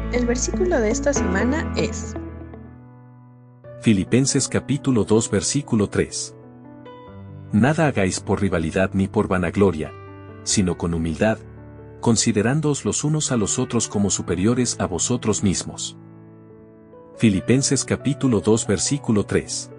El versículo de esta semana es Filipenses capítulo 2 versículo 3. Nada hagáis por rivalidad ni por vanagloria, sino con humildad, considerándoos los unos a los otros como superiores a vosotros mismos. Filipenses capítulo 2 versículo 3.